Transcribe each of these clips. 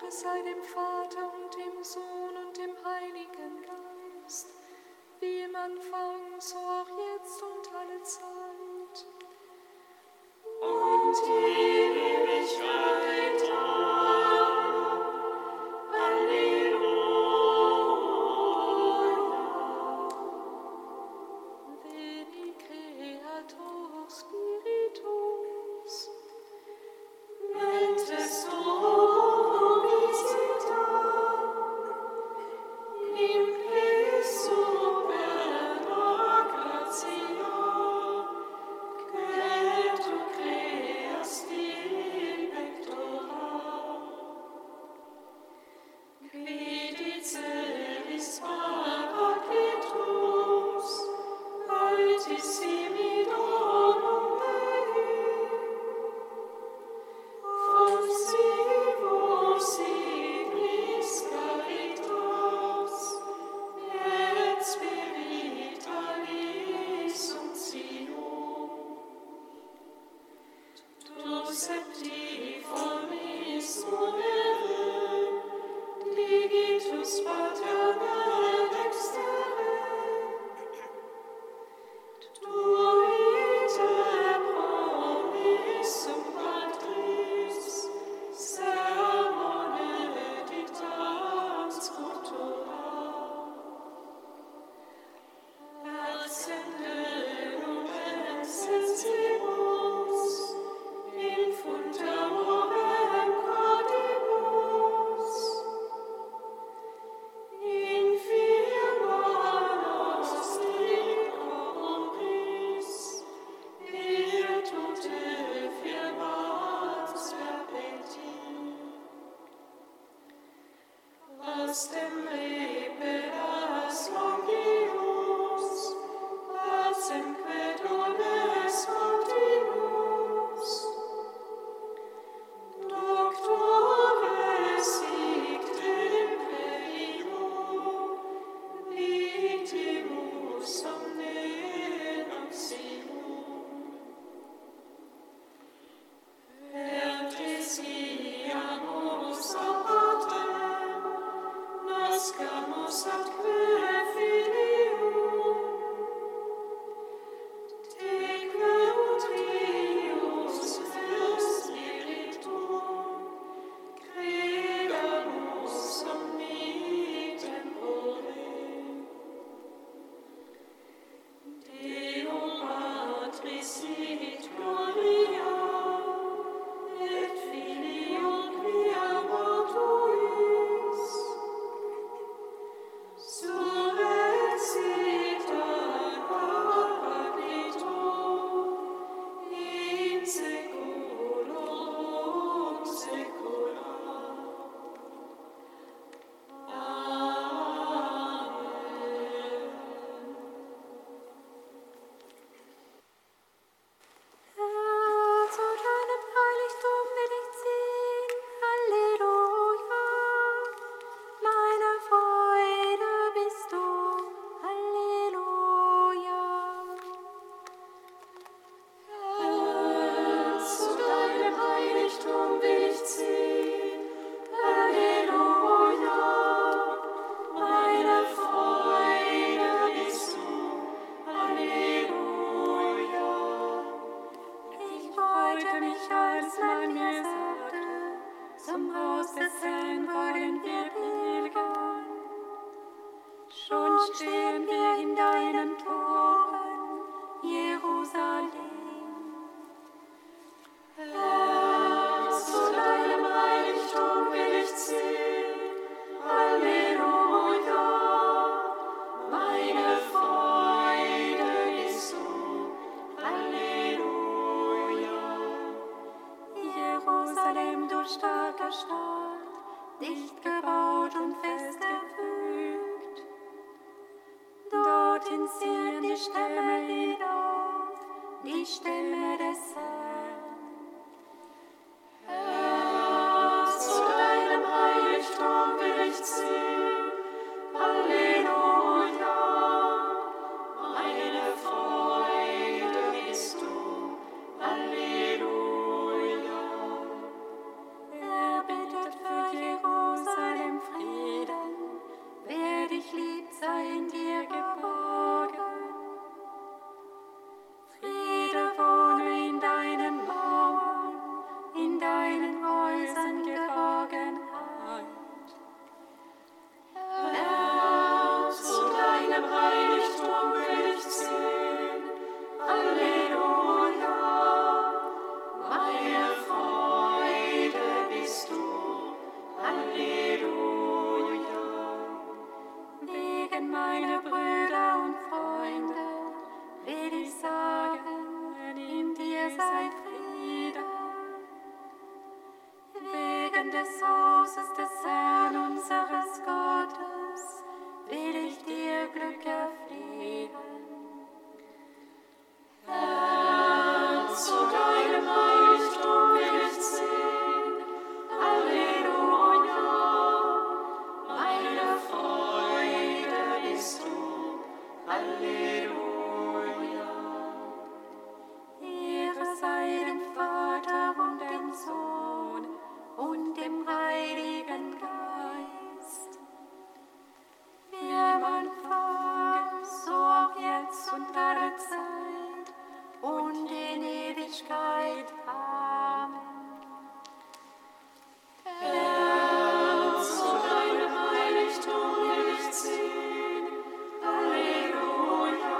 sei dem Vater und dem Sohn und dem Heiligen Geist, wie im Anfang, so auch jetzt und alle Zeit. Und in Ewigkeit. Halleluja. Veni Creator Spiritus, Mentes tuum visita, imple superba gratia, que tu creasti pectora. Qui diceris Paracletus, altissimi donum Dei, Fonsivus signis caritas, et spiritualis uncium. Tu septiformis monere, digitus pater dextere, tu ite promissum Patris, sermone dictans scriptura. Accende lumen sensibus, infunt amorem cordibus, infirma nostri corporis, virtute firmans perpeti. Vastem reperas longius, pacemque dones continuus, Doctore sicte imperimo, vitimus omne noximum. Vertesiamus ad Patrem, nascamus atque Filium, teque utrius per Spiritum, credamus omni tempore. Deo Patris sit gloria, et Filio quia mortuis, surrexita Paracletum, in saeculum saecula. Amen. zu deinem Heiligtum will ich ziehen. Halleluja. Meine Freude bist du. Halleluja. Zu deinem Heiligtum will ich ziehen. Halleluja. Meine Freude bist du. Halleluja. Ich freute mich, als man mir sagte, zum Haus des Herrn wollen wir pilgern. Schon stehen wir in deinen Toren, Jerusalem. Zu deinem Heiligtum will ich ziehen. Halleluja. Meine Freude bist du. Halleluja. Jerusalem, du starke Stadt, dicht gebaut und fest gefügt. Dort in Zion die Stämme hinauf, die Stämme des Herrn. Zu deinem Heiligtum will ich ziehen. Halleluja. Meine Freude bist du. Halleluja. Er bittet für Jerusalem. deinem Heiligtum will ich ziehen. Halleluja, meine Freude bist du. Halleluja. Wegen meiner Brüder und Freunde will ich sagen, in dir sei Friede. Wegen des Hauses des Herrn unseres Gottes will ich dir Glück erflehen. Herr, zu deinem Heiligtum will ich ziehen. Halleluja, meine Freude bist du. Halleluja. Ehre sei dem Vater und dem Sohn und dem Heiligen Geist. Wie am Anfang, so auch jetzt und alle Zeit und in Ewigkeit. Amen. Herr, zu deinem Heiligtum will ich ziehen. Halleluja,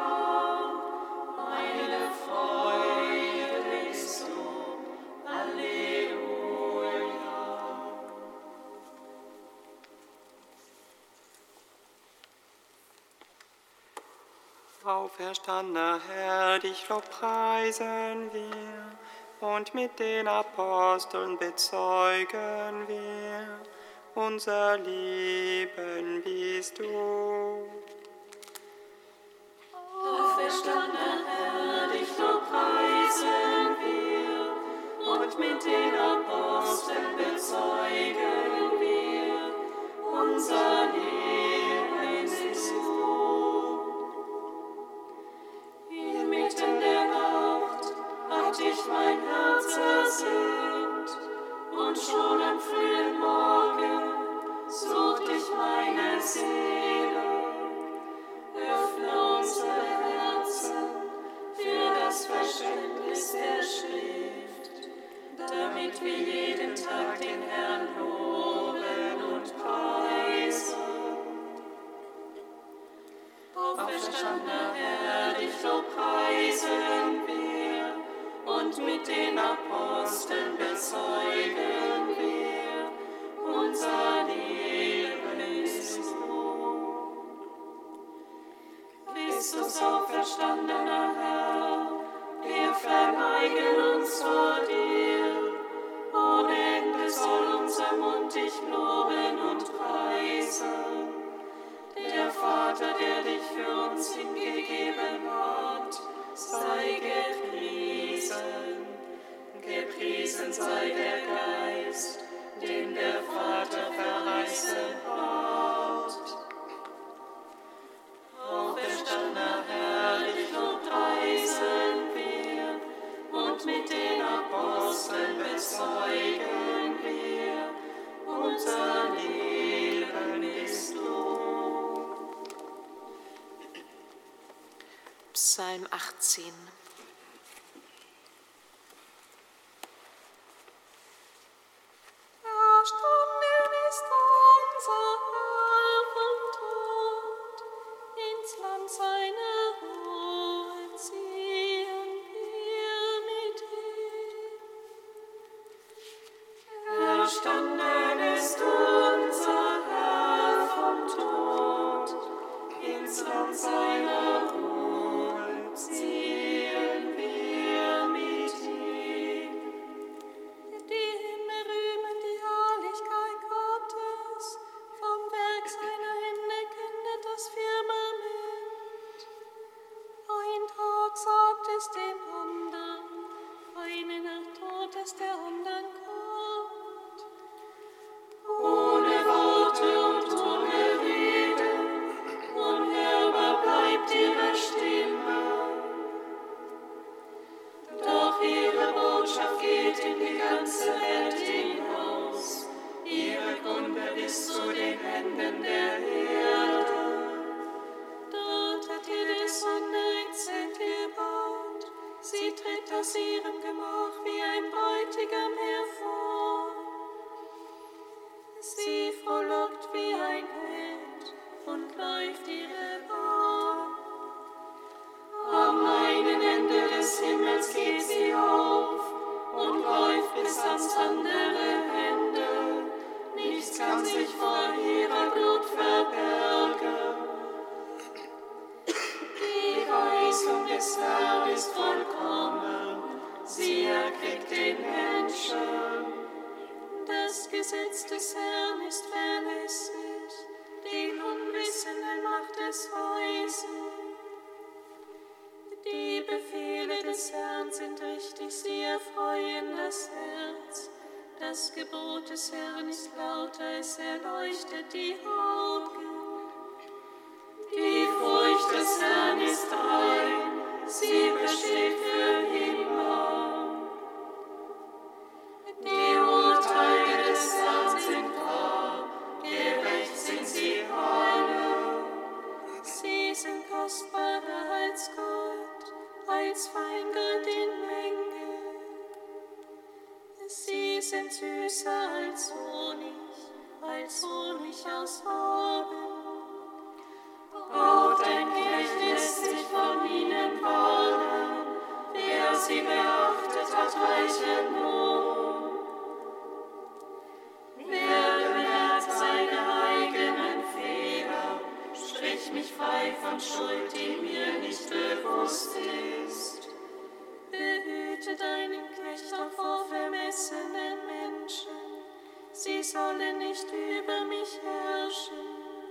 meine Freude bist du. Halleluja. Auferstandener Herr, dich lobpreisen wir und mit den Aposteln bezeugen wir, unser Leben bist du. Auferstandener Herr, dich lobpreisen wir und mit den Aposteln bezeugen wir, unser Leben bist du. Inmitten der Nacht hat dich mein Herz ersehnt und schon am frühen Morgen sucht dich meine Seele. Öffne unsere Herzen für das Verständnis der Schrift, damit wir jeden Tag den Herrn loben und preisen. Auferstandener Herr, dich lobpreisen wir und mit den Aposteln bezeugen wir, unser Leben bist du. Christus auferstandener Herr, wir verneigen uns vor dir. Ohne Ende soll unser Mund dich loben und preisen. Der Vater, der dich für uns hingegeben hat, sei gepriesen. Gepriesen sei der Geist, den der Vater verheißen hat. Auferstandener Herr, dich lobpreisen wir und mit den Aposteln bezeugen wir, unser Leben bist du. Psalm 18. Erstanden ist unser Herr vom Tod, ins Land seiner Ruhe ziehen wir mit ihm. Erstanden ist unser Herr vom Tod, ins Land seiner Ruhe ziehen wir mit ihm. Die Himmel rühmen die Herrlichkeit Gottes, vom Werk seiner Hände kündet das Firmament. Ein Tag sagt es dem anderen, eine Nacht tut es der anderen Gott. Ohne Worte und ohne Reden, unhörbar bleibt ihre Stimme. Doch ihre Botschaft geht in die ganze Welt hinaus, ihre Kunde bis zu den Enden der Erde. Dort hat jede Sonne ein Zelt gebaut, sie tritt aus ihrem Gemach wie ein Bräutigam hervor. Sie frohlockt wie ein Held und läuft ihre Bahn. des Himmels geht sie auf und läuft bis ans andere Ende. Nichts kann sich vor ihrer Glut verbergen. Die Weisung des Herrn ist vollkommen, sie erquickt den Menschen. Das Gesetz des Herrn ist verlässlich, den Unwissenden macht es weise. Die Befehle des Herrn sind richtig, sie erfreuen das Herz. Das Gebot des Herrn ist lauter, es erleuchtet die Augen. Die Furcht des Herrn ist rein, sie besteht für immer. Die Urteile des Herrn sind wahr, gerecht sind sie alle. Sie sind kostbarer als Gold, als Feingold in Menge. Sie sind süßer als Honig aus Raben. Auch dein Knecht lässt sich von ihnen warnen, wer sie beachtet hat, reichen Lohn. Wer bemerkt seine eigenen Fehler, sprich mich frei von Schuld, die mir nicht bewusst ist. Behüte deinen Knecht vor vermessenen Menschen, sie sollen nicht über mich herrschen.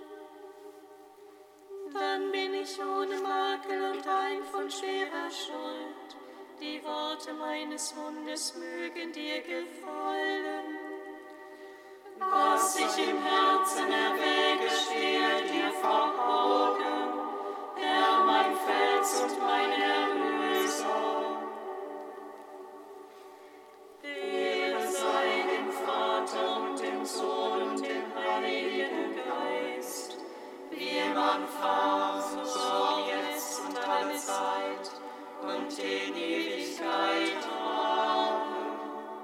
Dann bin ich ohne Makel und rein von schwerer Schuld. Die Worte meines Mundes mögen dir gefallen. Was ich im Herzen erwäge, stehe dir vor Augen, Herr, mein Fels und mein Erlöser. Ehre sei dem Vater und dem Sohn und dem Heiligen Geist, wie im Anfang, so jetzt und alle Zeit und in Ewigkeit. Amen.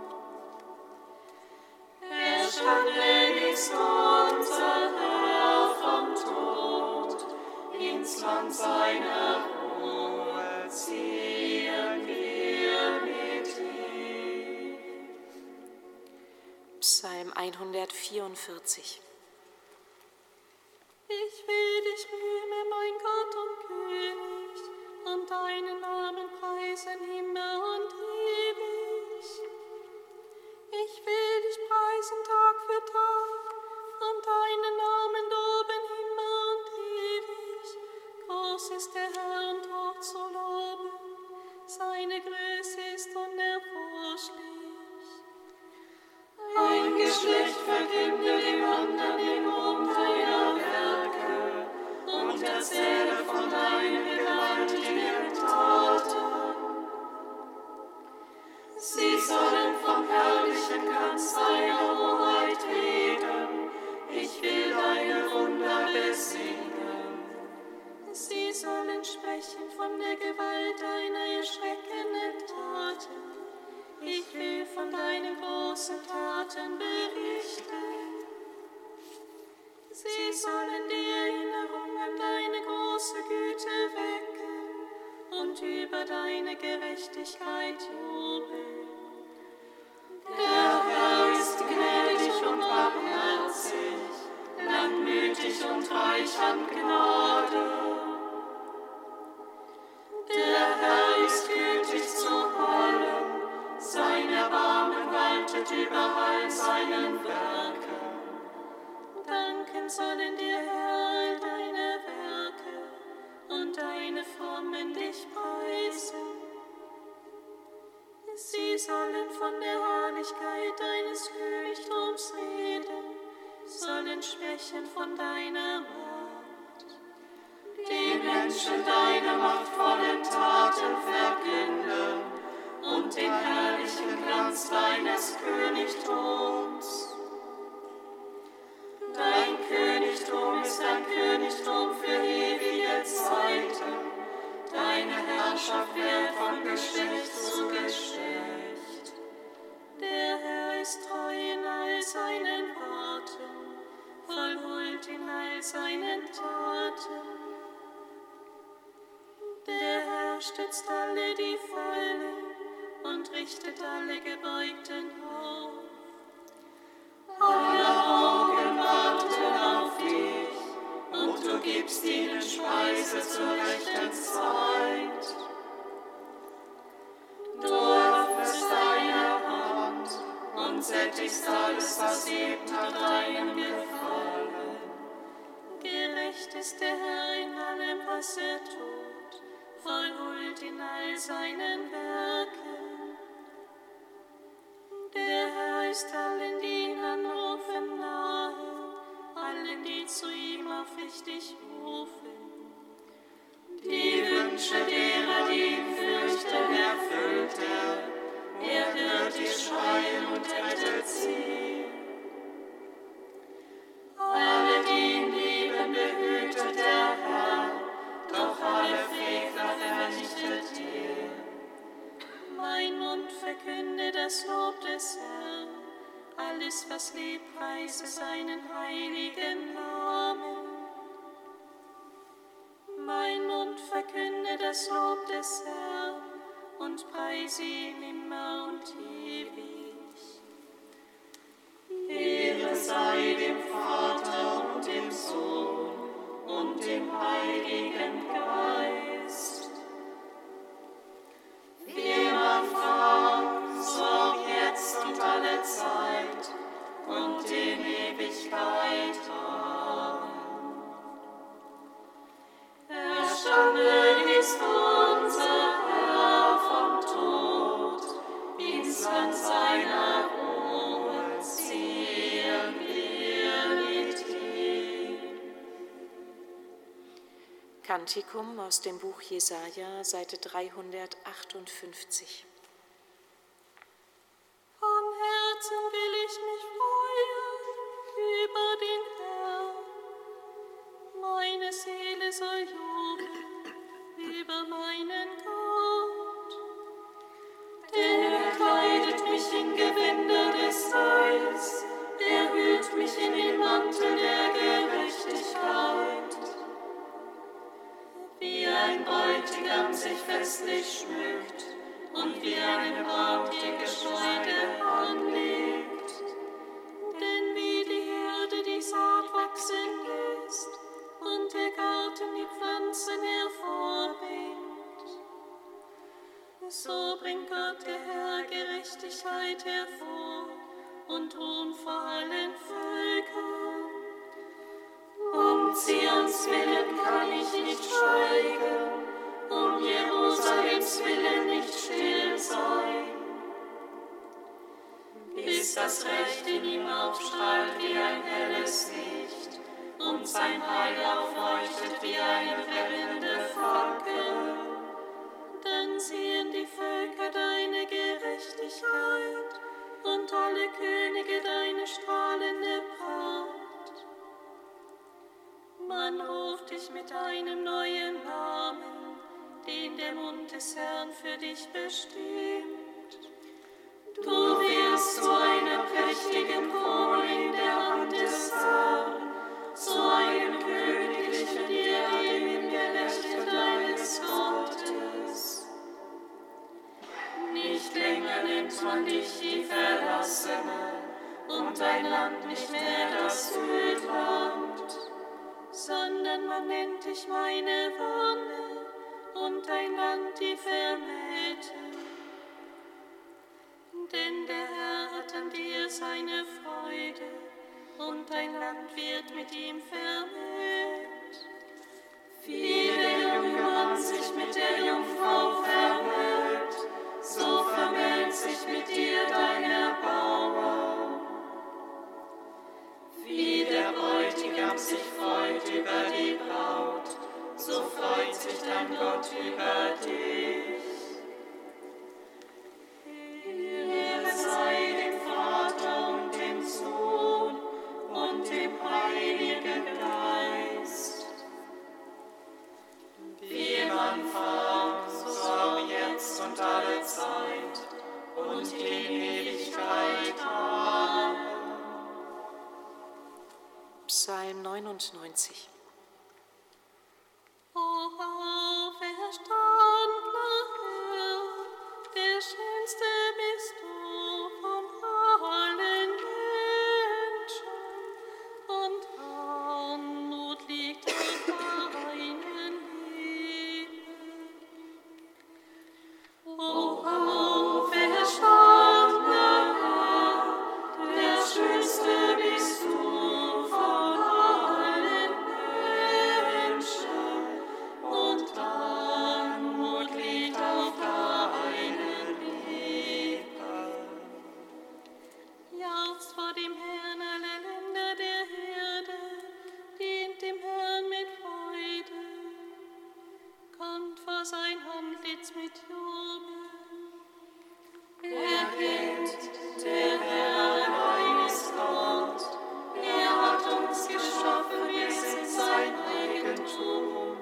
Erstanden ist unser Herr vom Tod, ins Land seiner Ruhe ziehen wir mit ihm. Psalm 144. Ich will dich rühmen, mein Gott und König, und deinen Namen preisen immer und ewig. Ich will dich preisen Tag für Tag und deinen Namen loben immer und ewig. Groß ist der Herr und hoch zu loben, seine Größe ist unerforschlich. Ein Geschlecht verkündet dem anderen den Ruhm deiner Werke und erzähle von deinen gewaltigen Taten. Sie sollen vom herrlichen Glanz deiner Hoheit reden, ich will deine Wunder besingen. Sie sollen sprechen von der Gewalt deiner erschreckenden Taten. Ich will von deinen großen Taten berichten. Sie sollen die Erinnerung an deine große Güte wecken und über deine Gerechtigkeit jubeln. Der Herr ist gnädig und barmherzig, langmütig und reich an Gnade. Der Herr ist gütig zu allen, sein Erbarmen waltet über all seinen Werken. Danken sollen dir, Herr, all deine Werke und deine Frommen dich preisen. Sie sollen von der Herrlichkeit deines Königtums reden, sollen sprechen von deiner Macht. Den Menschen deine machtvollen Taten verkünden und den herrlichen Glanz deines Königtums. Dein Königtum ist ein Königtum für ewige Zeiten. Deine Herrschaft währt von Geschlecht zu Geschlecht. Der Herr ist treu in all seinen Worten, voll Huld in all seinen Taten. Der Herr stützt alle die Fallen und richtet alle Gebeugten auf. Alle Augen warten auf dich, und du gibst ihnen Speise zur rechten Zeit. Du öffnest deine Hand und sättigst alles, was lebt, nach deinem Gefallen. Gerecht ist der Herr in allem, was er tut, voll Huld in all seinen Werken. Der Herr ist allen, die ihn anrufen, nahe, allen, die zu ihm aufrichtig rufen. Die Wünsche derer, die ihn fürchten, erfüllt er. Er hört ihr Schreien und rettet sie. Alle, die ihn lieben, behütet der Herr, doch alle Frevler vernichtet er. Mein Mund verkünde das Lob des Herrn, alles, was lebt, preise seinen heiligen Namen. Mein Mund verkünde das Lob des Herrn und preise ihn immer und ewig. Ehre sei dem Vater und dem Sohn und dem Heiligen Geist. Wie im Anfang, so auch jetzt und alle Zeit und in Ewigkeit. Amen. Erstanden ist unser Herr vom Tod, ins Land seiner Ruhe ziehen wir mit ihm. Kantikum aus dem Buch Jesaja, Seite 358. Von Herzen will ich mich freuen über den Herrn. Meine Seele soll jubeln über meinen Gott. Denn er kleidet mich in Gewänder des Heils, er hüllt mich in den Mantel der Gerechtigkeit. Wie ein Bräutigam sich festlich schmückt und wie eine Braut die Geschmeide anlegt. Denn wie die Erde die Saat wachsen lässt und der Garten die Pflanzen hervorbringt, so bringt Gott der Herr Gerechtigkeit hervor und Ruhm vor allen Völkern. Um Zions willen kann ich nicht schweigen, um Jerusalems willen nicht still sein. Bis das Recht in ihm aufstrahlt wie ein helles Licht und sein Heil aufleuchtet wie eine brennende Fackel. Dann sehen die Völker deine Gerechtigkeit und alle Könige deine strahlende Pracht. Man ruft dich mit einem neuen Namen, den der Mund des Herrn für dich bestimmt. Du wirst zu einer prächtigen Krone in der Hand des Herrn, zu einem königlichen Diadem in der Rechte deines Gottes. Nicht länger nennt man dich die Verlassene und dein Land nicht mehr das Ödland, sondern man nennt dich meine Wonne und dein Land die Vermählte. Denn der Herr hat an dir seine Freude und dein Land wird mit ihm vermählt. Wie der junge Mann sich mit der Jungfrau vermählt, so vermählt sich mit dir dein Erbauer. Wie der Bräutigam sich freut über die Braut, so freut sich dein Gott über dich. Ehre sei dem Vater und dem Sohn und dem Heiligen Geist. Wie im Anfang, so auch jetzt und alle Zeit und in Ewigkeit. Amen. Psalm 99. O auferstandene Schönste bist du von allen Menschen, und Anmut liegt auf deinen Lippen. O auferstandener Herr, der Schönste bist du von allen Menschen, und Anmut liegt auf deinen Lippen. Jauchzt vor dem Herrn alle Länder der Erde, dient dem Herrn mit Freude, kommt vor sein Antlitz mit Jubel. Erkennt, der Herr allein ist Gott, er hat uns geschaffen, wir sind sein Eigentum,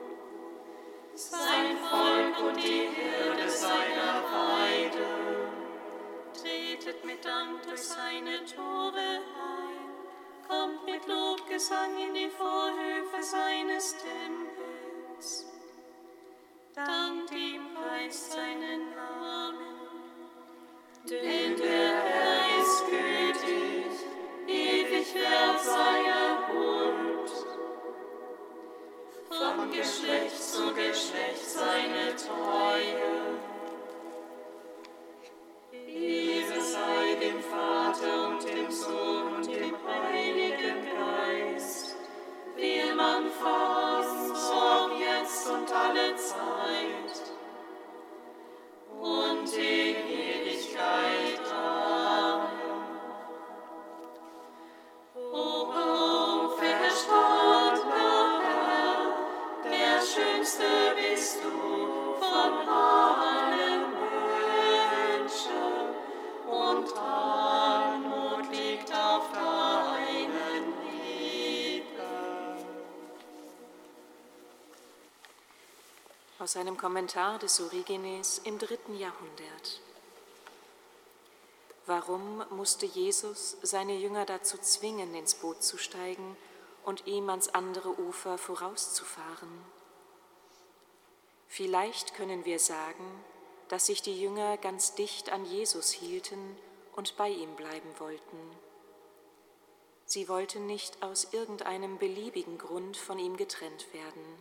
sein Volk und die Herde seiner Weide. Tretet mit Dank durch seine Tore ein, kommt mit Lobgesang in die Vorhöfe seines Tempels. Dankt ihm, preist seinen Namen. Denn der Herr ist gütig, ewig wert sei er Huld. Von Geschlecht zu Geschlecht seine Treue. Ehre sei dem Vater und dem Sohn und dem Heiligen Geist, wie im Anfang, so auch jetzt und alle Zeit und in Ewigkeit. Amen. O auferstandener Herr, der Schönste bist du von allen Menschen, und Anmut liegt auf deinen Lippen. Aus einem Kommentar des Origenes im 3. Jahrhundert. Warum musste Jesus seine Jünger dazu zwingen, ins Boot zu steigen und ihm ans andere Ufer vorauszufahren? Vielleicht können wir sagen, dass sich die Jünger ganz dicht an Jesus hielten und bei ihm bleiben wollten. Sie wollten nicht aus irgendeinem beliebigen Grund von ihm getrennt werden.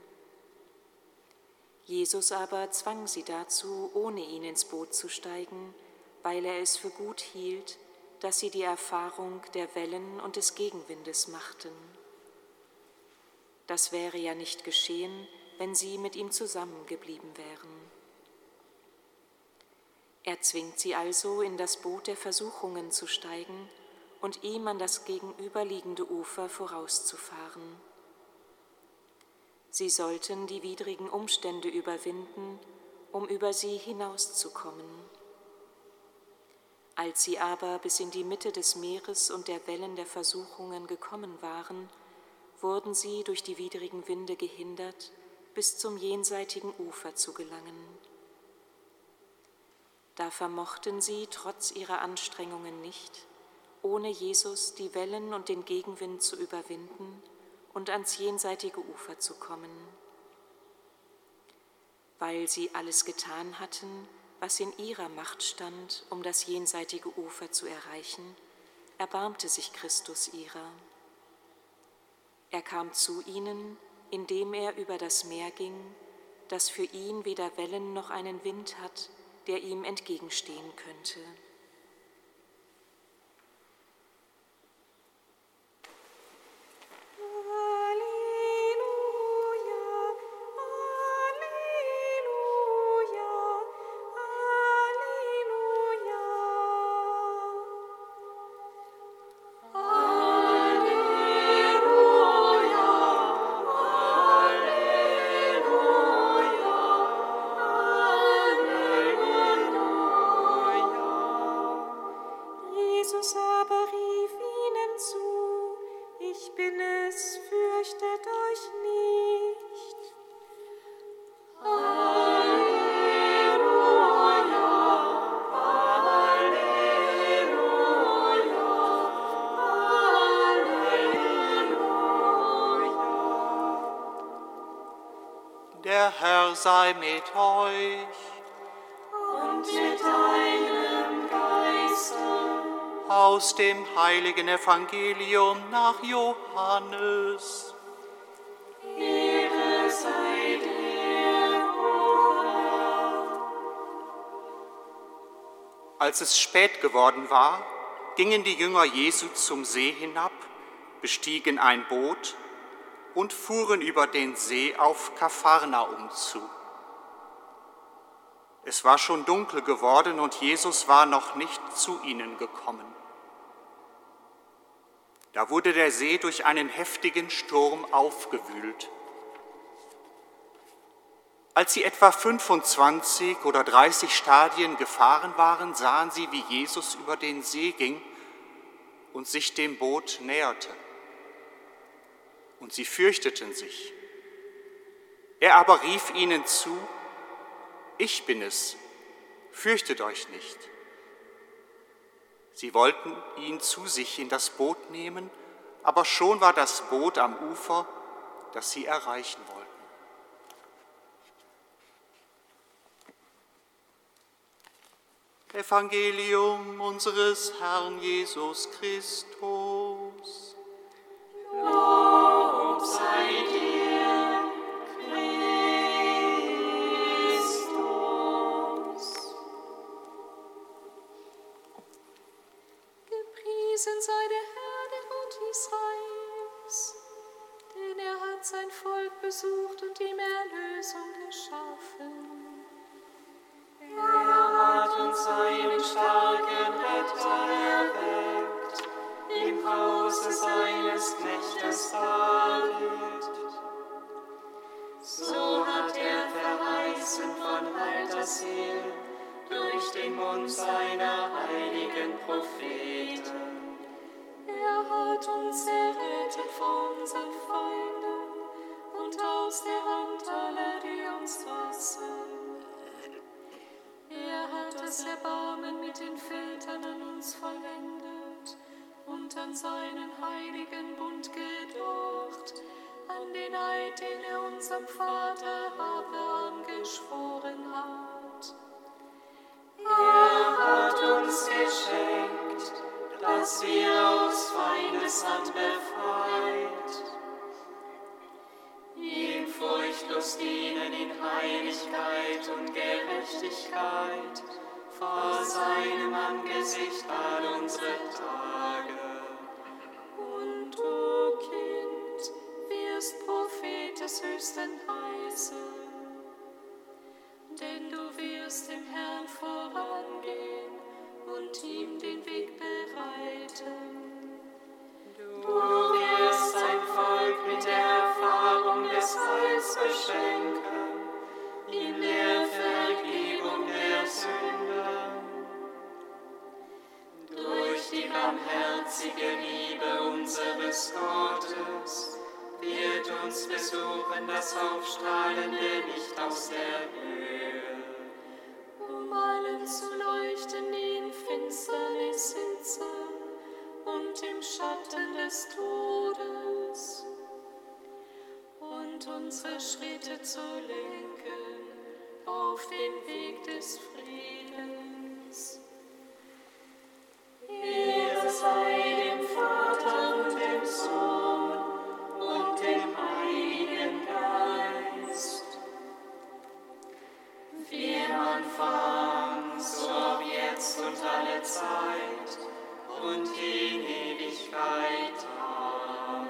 Jesus aber zwang sie dazu, ohne ihn ins Boot zu steigen, weil er es für gut hielt, dass sie die Erfahrung der Wellen und des Gegenwindes machten. Das wäre ja nicht geschehen, wenn sie mit ihm zusammengeblieben wären. Er zwingt sie also, in das Boot der Versuchungen zu steigen und ihm an das gegenüberliegende Ufer vorauszufahren. Sie sollten die widrigen Umstände überwinden, um über sie hinauszukommen. Als sie aber bis in die Mitte des Meeres und der Wellen der Versuchungen gekommen waren, wurden sie durch die widrigen Winde gehindert, bis zum jenseitigen Ufer zu gelangen. Da vermochten sie trotz ihrer Anstrengungen nicht, ohne Jesus die Wellen und den Gegenwind zu überwinden und ans jenseitige Ufer zu kommen. Weil sie alles getan hatten, was in ihrer Macht stand, um das jenseitige Ufer zu erreichen, erbarmte sich Christus ihrer. Er kam zu ihnen, indem er über das Meer ging, das für ihn weder Wellen noch einen Wind hat, der ihm entgegenstehen könnte. Der Herr sei mit euch. und mit deinem Geiste. Aus dem heiligen Evangelium nach Johannes. Ehre sei dir, o Herr. Als es spät geworden war, gingen die Jünger Jesu zum See hinab, bestiegen ein Boot und fuhren über den See auf Kapharnaum zu. Es war schon dunkel geworden und Jesus war noch nicht zu ihnen gekommen. Da wurde der See durch einen heftigen Sturm aufgewühlt. Als sie etwa 25 oder 30 Stadien gefahren waren, sahen sie, wie Jesus über den See ging und sich dem Boot näherte. Und sie fürchteten sich. Er aber rief ihnen zu: Ich bin es, fürchtet euch nicht. Sie wollten ihn zu sich in das Boot nehmen, aber schon war das Boot am Ufer, das sie erreichen wollten. Evangelium unseres Herrn Jesus Christus. Lob sei dir, Christus. Gepriesen sei der Herr, der Gott Israels, denn er hat sein Volk besucht und ihm Erlösung geschaffen. Er hat uns seinen starken Retter erweckt, im Hause seines Knechtes David. So hat er verheißen von alters her, durch den Mund seiner heiligen Propheten. Er hat uns errettet von unseren Feinden und aus der Hand aller, die uns hassen. Er hat das Erbarmen mit den Vätern an uns vollendet und an seinen heiligen Bund gedacht, an den Eid, den er unserem Vater Abraham geschworen hat. Er hat uns geschenkt, dass wir aus Feindeshand befreit, ihm furchtlos dienen in Heiligkeit und Gerechtigkeit, vor seinem Angesicht all unsere Tage. Und du, Kind, wirst Prophet des Höchsten heißen, denn du wirst dem Herrn vorangehen und ihm den Weg bereiten. Du wirst sein Volk mit der Erfahrung des Heils beschenken, in der Vergebung der Sünden. Durch die barmherzige Liebe unseres Gottes wird uns besuchen das aufstrahlende Licht aus der Höhe, um allen zu leuchten, die in Finsternis sitzen und im Schatten des Todes, und unsere Schritte zu lenken auf den Weg des Friedens. Ehre sei dem Vater und dem Sohn und dem Heiligen Geist, wie im Anfang, so auch jetzt und alle Zeit und in Ewigkeit. Amen.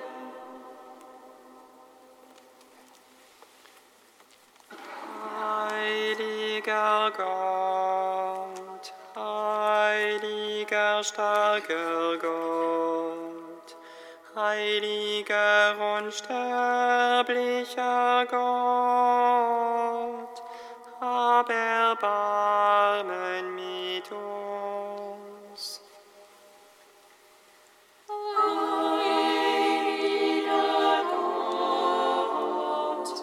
Heiliger Gott, heiliger starker Gott, heiliger unsterblicher Gott, hab Erbarmen mit uns. Heiliger Gott,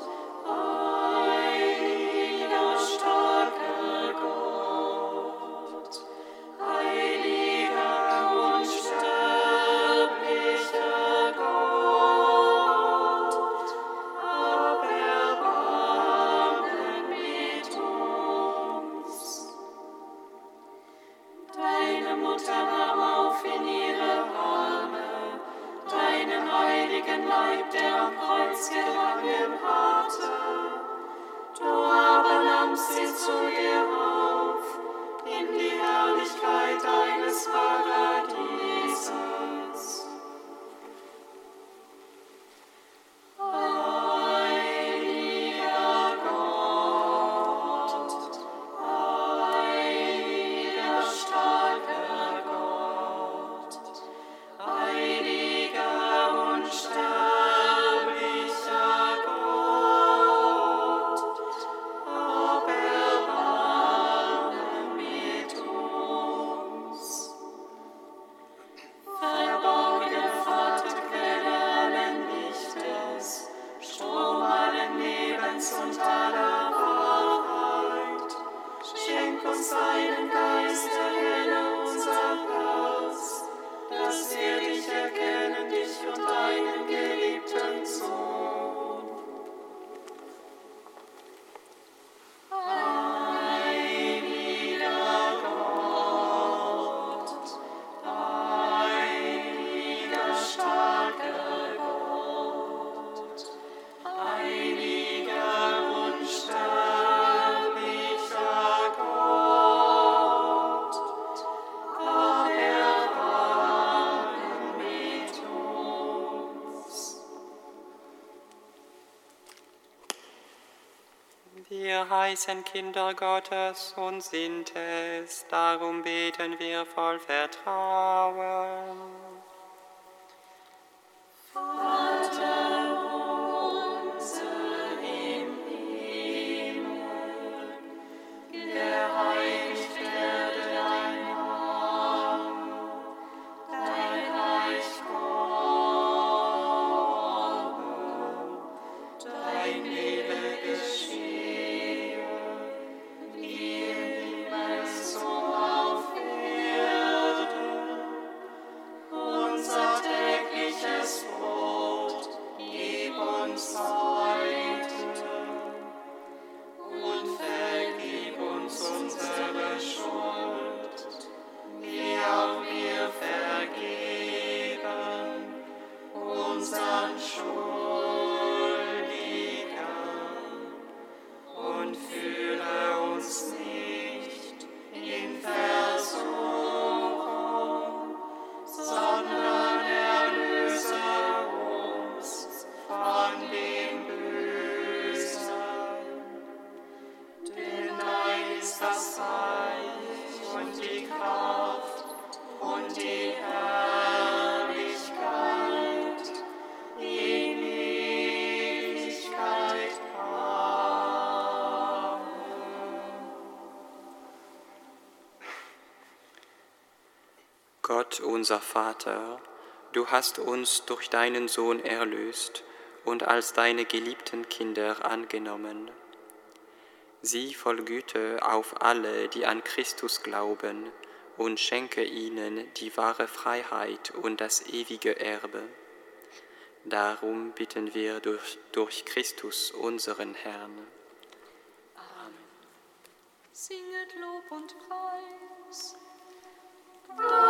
heiliger starker Gott, heiliger unsterblicher Gott, hab Erbarmen mit uns. deinen Leib, der am Kreuz gehangen hatte. Du aber nahmst sie zu dir auf, in die Herrlichkeit deines Paradieses. Wir heißen Kinder Gottes und sind es, darum beten wir voll Vertrauen. Vater unser im Himmel, geheiligt werde dein Name, dein Reich komme, dein Wille geschehe, wie im Himmel so auf Erden. Unser tägliches Brot gib uns heute und vergib uns unsere Schuld, wie auch wir vergeben unseren Schuldigern, und führe uns nicht in Versuchung, sondern erlöse uns von dem Bösen. Denn dein ist das Reich und die Kraft und die Herrlichkeit in Ewigkeit. Amen. Gott, unser Vater, du hast uns durch deinen Sohn erlöst und als deine geliebten Kinder angenommen. Sieh voll Güte auf alle, die an Christus glauben, und schenke ihnen die wahre Freiheit und das ewige Erbe. Darum bitten wir durch Christus, unseren Herrn. Singet Lob und Preis. Dank